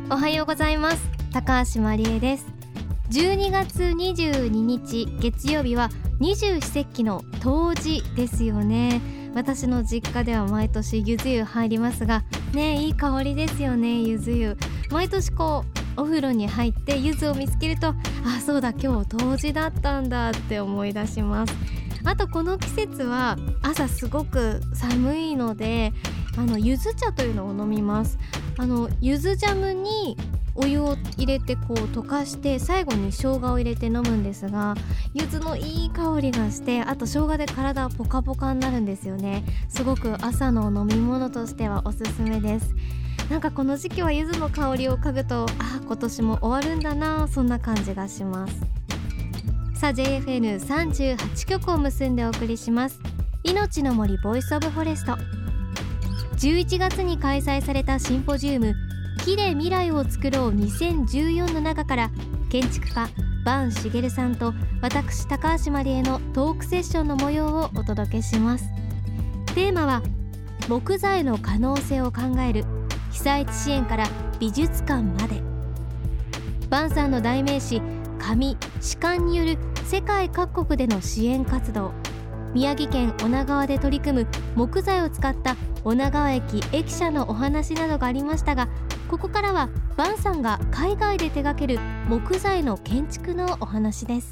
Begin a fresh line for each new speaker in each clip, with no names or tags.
おはようございます。高橋真理恵です。12月22日月曜日は二十四節気の冬至ですよね。私の実家では毎年柚子湯入りますがね、いい香りですよね。柚子湯毎年お風呂に入って柚子を見つけると、そうだ今日冬至だったんだって思い出します。あとこの季節は朝すごく寒いので柚子茶というのを飲みます。柚子ジャムにお湯を入れて溶かして最後に生姜を入れて飲むんですが、柚子のいい香りがして、あと生姜で体ポカポカになるんですよね。すごく朝の飲み物としてはおすすめです。なんかこの時期は柚子の香りを嗅ぐと今年も終わるんだな、そんな感じがします。さあ JFN38 局を結んでお送りします命の森ボイスオブフォレスト。11月に開催されたシンポジウム木で未来を作ろう2014の中から、建築家坂茂さんと私高橋真理恵のトークセッションの模様をお届けします。テーマは木材の可能性を考える被災地支援から美術館まで。坂さんの代名詞紙・紙管による世界各国での支援活動、宮城県女川で取り組む木材を使った女川駅駅舎のお話などがありましたが、ここからは坂さんが海外で手掛ける木材の建築のお話です。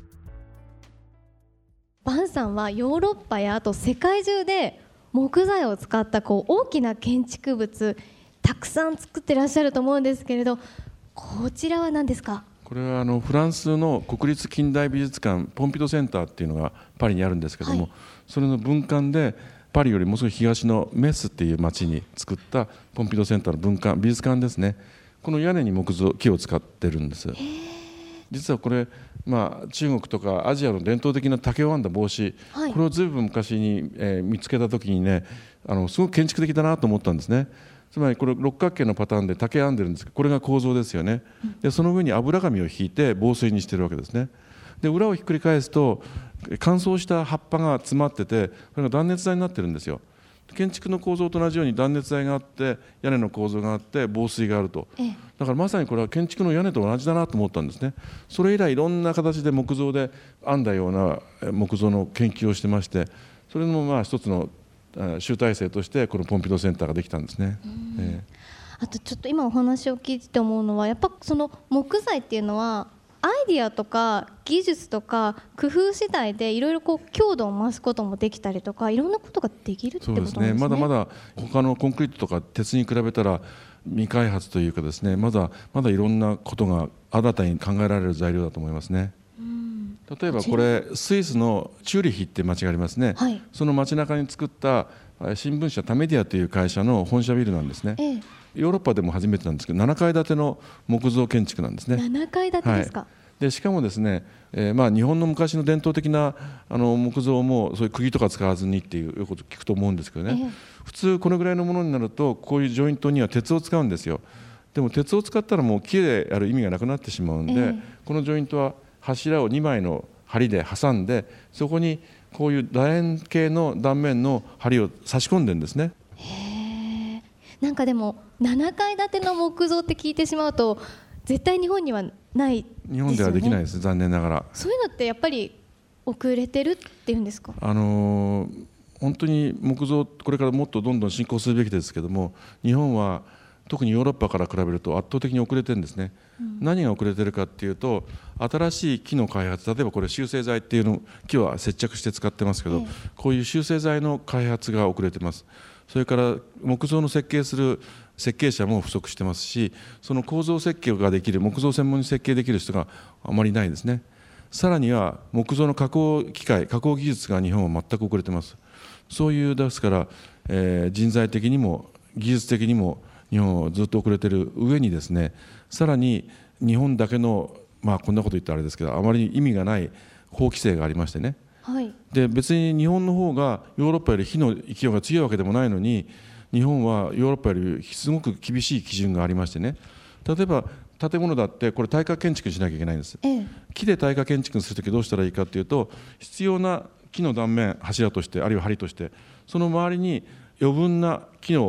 坂さんはヨーロッパやあと世界中で木材を使った大きな建築物たくさん作ってらっしゃると思うんですけれど、こちらは何ですか？
これはフランスの国立近代美術館ポンピドゥセンターっていうのがパリにあるんですけども、それの分館でパリよりもう少し東のメスっていう町に作ったポンピドゥセンターの分館美術館ですね。この屋根に木を使ってるんです。実はこれ、中国とかアジアの伝統的な竹を編んだ帽子、これをずいぶん昔に、見つけた時にね、すごく建築的だなと思ったんですね。つまりこれ六角形のパターンで竹編んでるんですけど、これが構造ですよね。でその上に油紙を引いて防水にしてるわけですね。で裏をひっくり返すと乾燥した葉っぱが詰まってて、これが断熱材になってるんですよ。建築の構造と同じように断熱材があって屋根の構造があって防水があると。だからまさにこれは建築の屋根と同じだなと思ったんですね。それ以来いろんな形で木造で編んだような木造の研究をしてまして、それも一つの集大成としてこのポンピドゥセンターができたんですね。
あとちょっと今お話を聞いて思うのは、やっぱその木材っていうのはアイディアとか技術とか工夫次第でいろいろ強度を増すこともできたりとか、いろんなことができるってことなんですね。
まだまだ他のコンクリートとか鉄に比べたら未開発というかですね、まだいろんなことが新たに考えられる材料だと思いますね。例えばこれスイスのチューリヒって町がありますね。その街中に作った新聞社タメディアという会社の本社ビルなんですね。ヨーロッパでも初めてなんですけど7階建ての木造建築なんですね。
7階建てですか？
でしかもですね、日本の昔の伝統的な木造もそういう釘とか使わずにっていうこと聞くと思うんですけどね、普通このぐらいのものになるとこういうジョイントには鉄を使うんですよ。でも鉄を使ったらもう木でやる意味がなくなってしまうんで、このジョイントは柱を2枚の梁で挟んで、そこにこういう楕円形の断面の梁を差し込んでるんですね。
なんかでも7階建ての木造って聞いてしまうと絶対日本にはないですよね。
日本ではできないです、残念ながら。
そういうのってやっぱり遅れてるっていうんですか？
本当に木造これからもっとどんどん進行するべきですけども、日本は特にヨーロッパから比べると圧倒的に遅れてるんですね。何が遅れてるかっていうと、新しい木の開発、例えばこれ集成材っていうの木は接着して使ってますけど、こういう集成材の開発が遅れてます。それから木造の設計する設計者も不足してますし、その構造設計ができる木造専門に設計できる人があまりいないですね。さらには木造の加工機械加工技術が日本は全く遅れてます。そういうですから、人材的にも技術的にも日本はずっと遅れてる上にですね、さらに日本だけのこんなこと言ったらあれですけど、あまり意味がない法規制がありましてね。で別に日本の方がヨーロッパより火の勢いが強いわけでもないのに、日本はヨーロッパよりすごく厳しい基準がありましてね。例えば建物だってこれ耐火建築しなきゃいけないんです。木で耐火建築するときどうしたらいいかというと、必要な木の断面柱としてあるいは梁として、その周りに余分な木を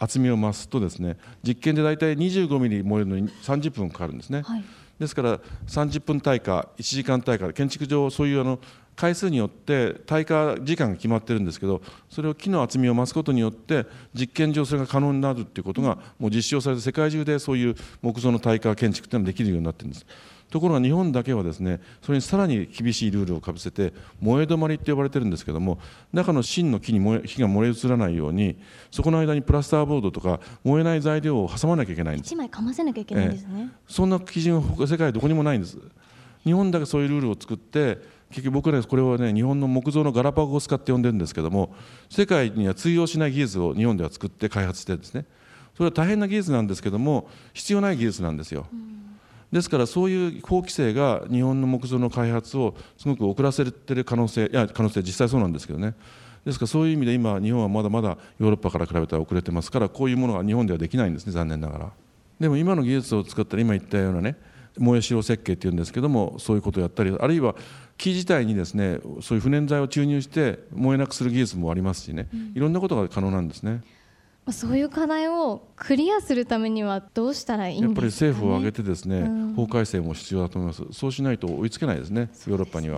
厚みを増すとですね、実験でだいたい25ミリ燃えるのに30分かかるんですね、
はい、
ですから30分耐火、1時間耐火、建築上そういう回数によって耐火時間が決まってるんですけど、それを木の厚みを増すことによって実験上それが可能になるということがもう実証されて、世界中でそういう木造の耐火建築というのができるようになっているんです。ところが日本だけはですね、それにさらに厳しいルールをかぶせて燃え止まりって呼ばれてるんですけども、中の芯の木に火が燃え移らないように、そこの間にプラスターボードとか燃えない材料を挟まなきゃいけないんです。
1枚かませなきゃいけないんですね、
そんな基準は世界どこにもないんです。日本だけそういうルールを作って、結局僕らこれはね、日本の木造のガラパゴス化って呼んでるんですけども、世界には通用しない技術を日本では作って開発してるんですね。それは大変な技術なんですけども、必要ない技術なんですよ。ですからそういう法規制が日本の木造の開発をすごく遅らせている可能性実際そうなんですけどね。ですからそういう意味で今日本はまだまだヨーロッパから比べたら遅れてますから、こういうものが日本ではできないんですね、残念ながら。でも今の技術を使ったら、今言ったようなね、燃えしろ設計っていうんですけども、そういうことをやったり、あるいは木自体にですね、そういう不燃剤を注入して燃えなくする技術もありますしね、いろんなことが可能なんですね。
そういう課題をクリアするためにはどうしたらいいんですかね。
やっぱり政府を挙げてですね、法改正も必要だと思います。そうしないと追いつけないですね、ヨーロッパには。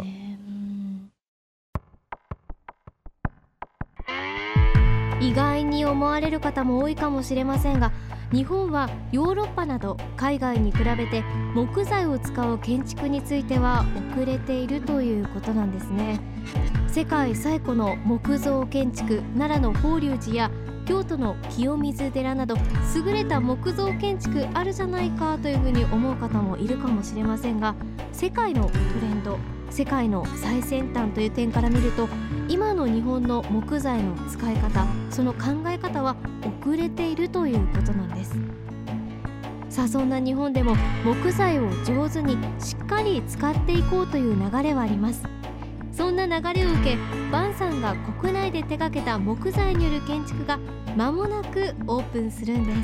意外に思われる方も多いかもしれませんが、日本はヨーロッパなど海外に比べて木材を使う建築については遅れているということなんですね。世界最古の木造建築、奈良の法隆寺や京都の清水寺など優れた木造建築あるじゃないかというふうに思う方もいるかもしれませんが、世界のトレンド、世界の最先端という点から見ると、今の日本の木材の使い方、その考え方は遅れているということなんです。さあ、そんな日本でも木材を上手にしっかり使っていこうという流れはあります。そんな流れを受け、バンさんが国内で手掛けた木材による建築が間もなくオープンするんです。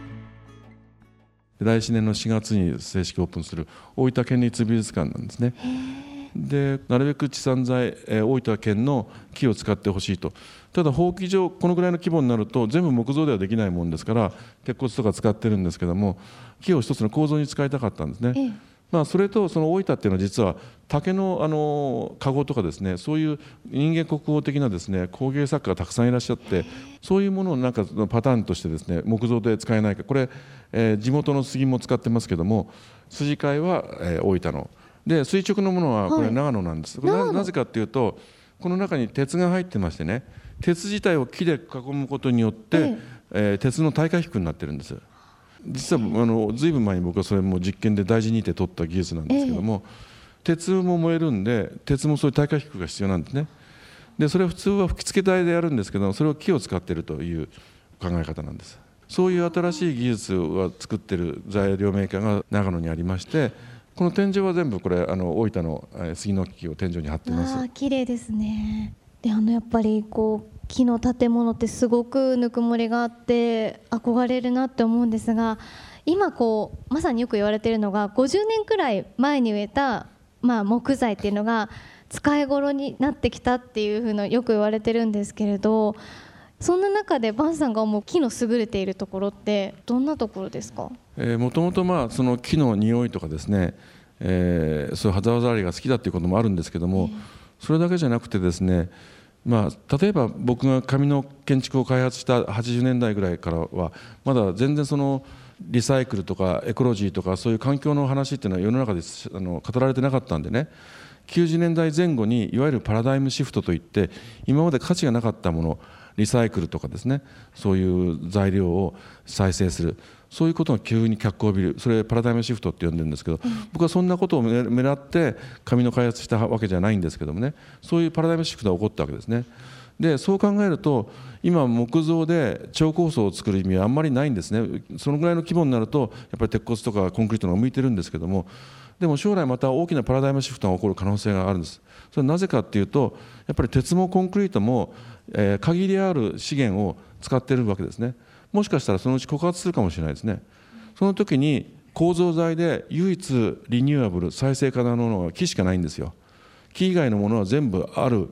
来年の4月に正式オープンする大分県立美術館なんですね。でなるべく地産材、大分県の木を使ってほしいと。ただ法規上このぐらいの規模になると全部木造ではできないもんですから、鉄骨とか使ってるんですけども、木を一つの構造に使いたかったんですね。それとその大分っていうのは実は竹の籠とかですね、そういう人間国宝的なですね工芸作家がたくさんいらっしゃって、そういうものをなんかパターンとしてですね、木造で使えないか、これ、地元の杉も使ってますけども、筋交いは、大分ので、垂直のものはこれ長野なんです。なぜかというと、この中に鉄が入ってましてね、鉄自体を木で囲むことによって、鉄の耐火服になってるんです。実はずいぶん前に僕はそれも実験で大事にて取った技術なんですけども、鉄も燃えるんで、鉄もそういう耐火服が必要なんですね。でそれは普通は吹き付け体でやるんですけど、それを木を使っているという考え方なんです。そういう新しい技術を作っている材料メーカーが長野にありまして、この天井は全部これ大分の杉の木を天井に貼っています。
綺麗ですね。でやっぱり木の建物ってすごくぬくもりがあって憧れるなって思うんですが、今まさによく言われているのが、50年くらい前に植えた、木材っていうのが使い頃になってきたっていうふうなよく言われてるんですけれど、そんな中でバンさんが思う木の優れているところってどんなところですか？
もともとその木の匂いとかですね、そういう肌触りが好きだっていうこともあるんですけども、それだけじゃなくてですね、例えば僕が紙の建築を開発した80年代ぐらいからはまだ全然そのリサイクルとかエコロジーとかそういう環境の話っていうのは世の中で語られてなかったんでね、90年代前後にいわゆるパラダイムシフトといって、今まで価値がなかったもの、リサイクルとかですね、そういう材料を再生する、そういうことが急に脚光を浴びる、それパラダイムシフトって呼んでるんですけど、僕はそんなことを狙って紙の開発したわけじゃないんですけどもね、そういうパラダイムシフトが起こったわけですね。でそう考えると、今木造で超高層を作る意味はあんまりないんですね。そのぐらいの規模になるとやっぱり鉄骨とかコンクリートの方が向いてるんですけども、でも将来また大きなパラダイムシフトが起こる可能性があるんです。それはなぜかっていうと、やっぱり鉄もコンクリートも、限りある資源を使っているわけですね。もしかしたらそのうち枯渇するかもしれないですね。その時に構造材で唯一リニューアブル、再生可能なものは木しかないんですよ。木以外のものは全部ある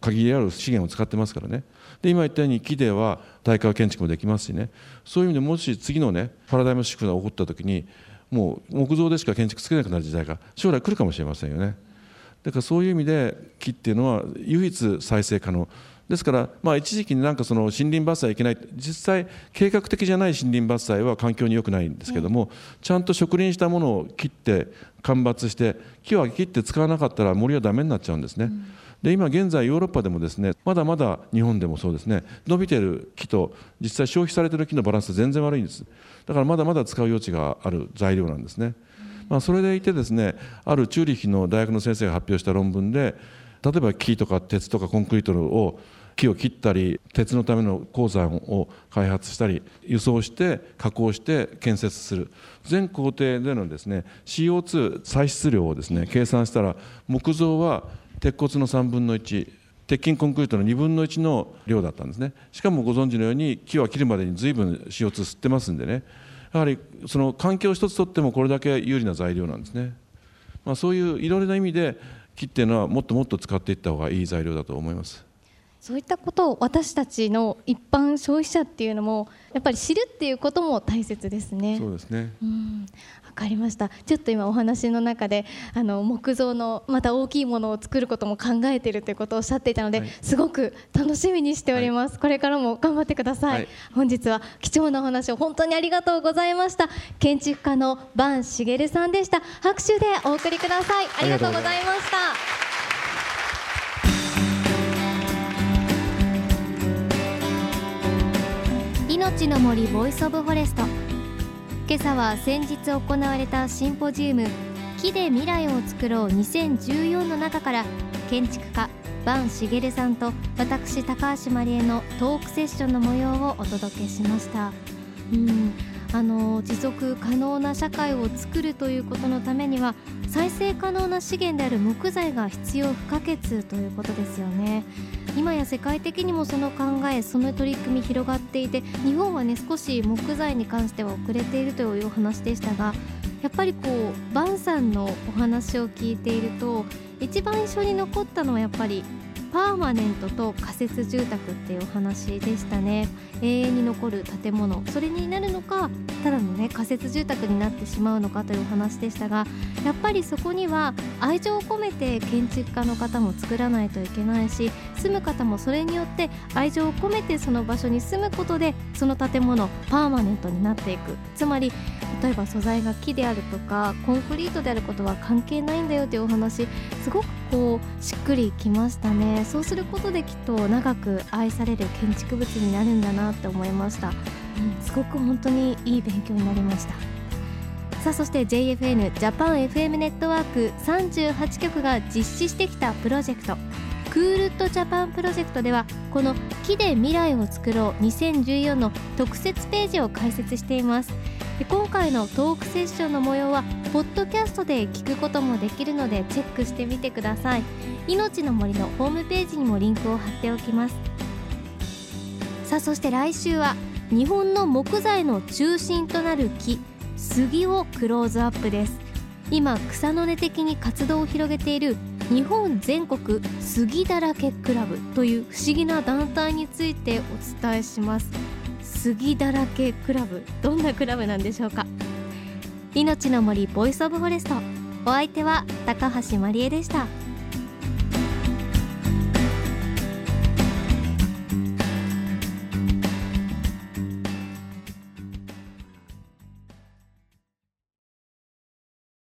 限りある資源を使ってますからね。で今言ったように木では耐火建築もできますしね、そういう意味でもし次のねパラダイムシフトが起こった時にもう木造でしか建築つけなくなる時代が将来来るかもしれませんよね。だからそういう意味で木っていうのは唯一再生可能ですから、一時期になんかその森林伐採いけない、実際計画的じゃない森林伐採は環境に良くないんですけども、ちゃんと植林したものを切って間伐して木は切って使わなかったら森はダメになっちゃうんですね。で今現在ヨーロッパでもですね、まだまだ日本でもそうですね、伸びてる木と実際消費されてる木のバランス全然悪いんです。だからまだまだ使う余地がある材料なんですね。それでいてですね、あるチューリッヒの大学の先生が発表した論文で、例えば木とか鉄とかコンクリートを木を切ったり鉄のための鉱山を開発したり輸送して加工して建設する全工程でのですね CO2 排出量をですね計算したら、木造は鉄骨の3分の1、鉄筋コンクリートの2分の1の量だったんですね。しかもご存知のように木は切るまでに随分 CO2 吸ってますんでね、やはりその環境一つとってもこれだけ有利な材料なんですね。そういういろいろな意味で木っていうのはもっともっと使っていった方がいい材料だと思います。
そういったことを私たちの一般消費者っていうのもやっぱり知るっていうことも大切ですね。
そうですね。
わかりました。ちょっと今お話の中で木造のまた大きいものを作ることも考えているということをおっしゃっていたので、すごく楽しみにしております。これからも頑張ってください。本日は貴重なお話を本当にありがとうございました。建築家の坂茂さんでした。拍手でお送りください。ありがとうございました。命の森ボイスオブフォレスト。今朝は先日行われたシンポジウム木で未来を作ろう2014の中から建築家坂茂さんと私高橋まりえのトークセッションの模様をお届けしました。持続可能な社会を作るということのためには再生可能な資源である木材が必要不可欠ということですよね。今や世界的にもその考え、その取り組み広がっていて、日本はね少し木材に関しては遅れているというお話でしたが、やっぱり坂さんのお話を聞いていると一番印象に残ったのはやっぱりパーマネントと仮設住宅っていうお話でしたね。永遠に残る建物、それになるのかただのね仮設住宅になってしまうのかというお話でしたが、やっぱりそこには愛情を込めて建築家の方も作らないといけないし、住む方もそれによって愛情を込めてその場所に住むことでその建物パーマネントになっていく。つまり例えば素材が木であるとかコンクリートであることは関係ないんだよというお話、すごくしっくりきましたね。そうすることできっと長く愛される建築物になるんだなって思いました。すごく本当にいい勉強になりました。さあそして JFN ジャパン FM ネットワーク38局が実施してきたプロジェクトクールッドジャパンプロジェクトでは、この木で未来を作ろう2014の特設ページを開設しています。今回のトークセッションの模様はポッドキャストで聞くこともできるのでチェックしてみてください。命の森のホームページにもリンクを貼っておきます。さあそして来週は日本の木材の中心となる木、杉をクローズアップです。今草の根的に活動を広げている日本全国杉だらけクラブという不思議な団体についてお伝えします。杉だらけクラブ、どんなクラブなんでしょうか。命の森ボイスオブフォレスト、お相手は高橋まりえでした。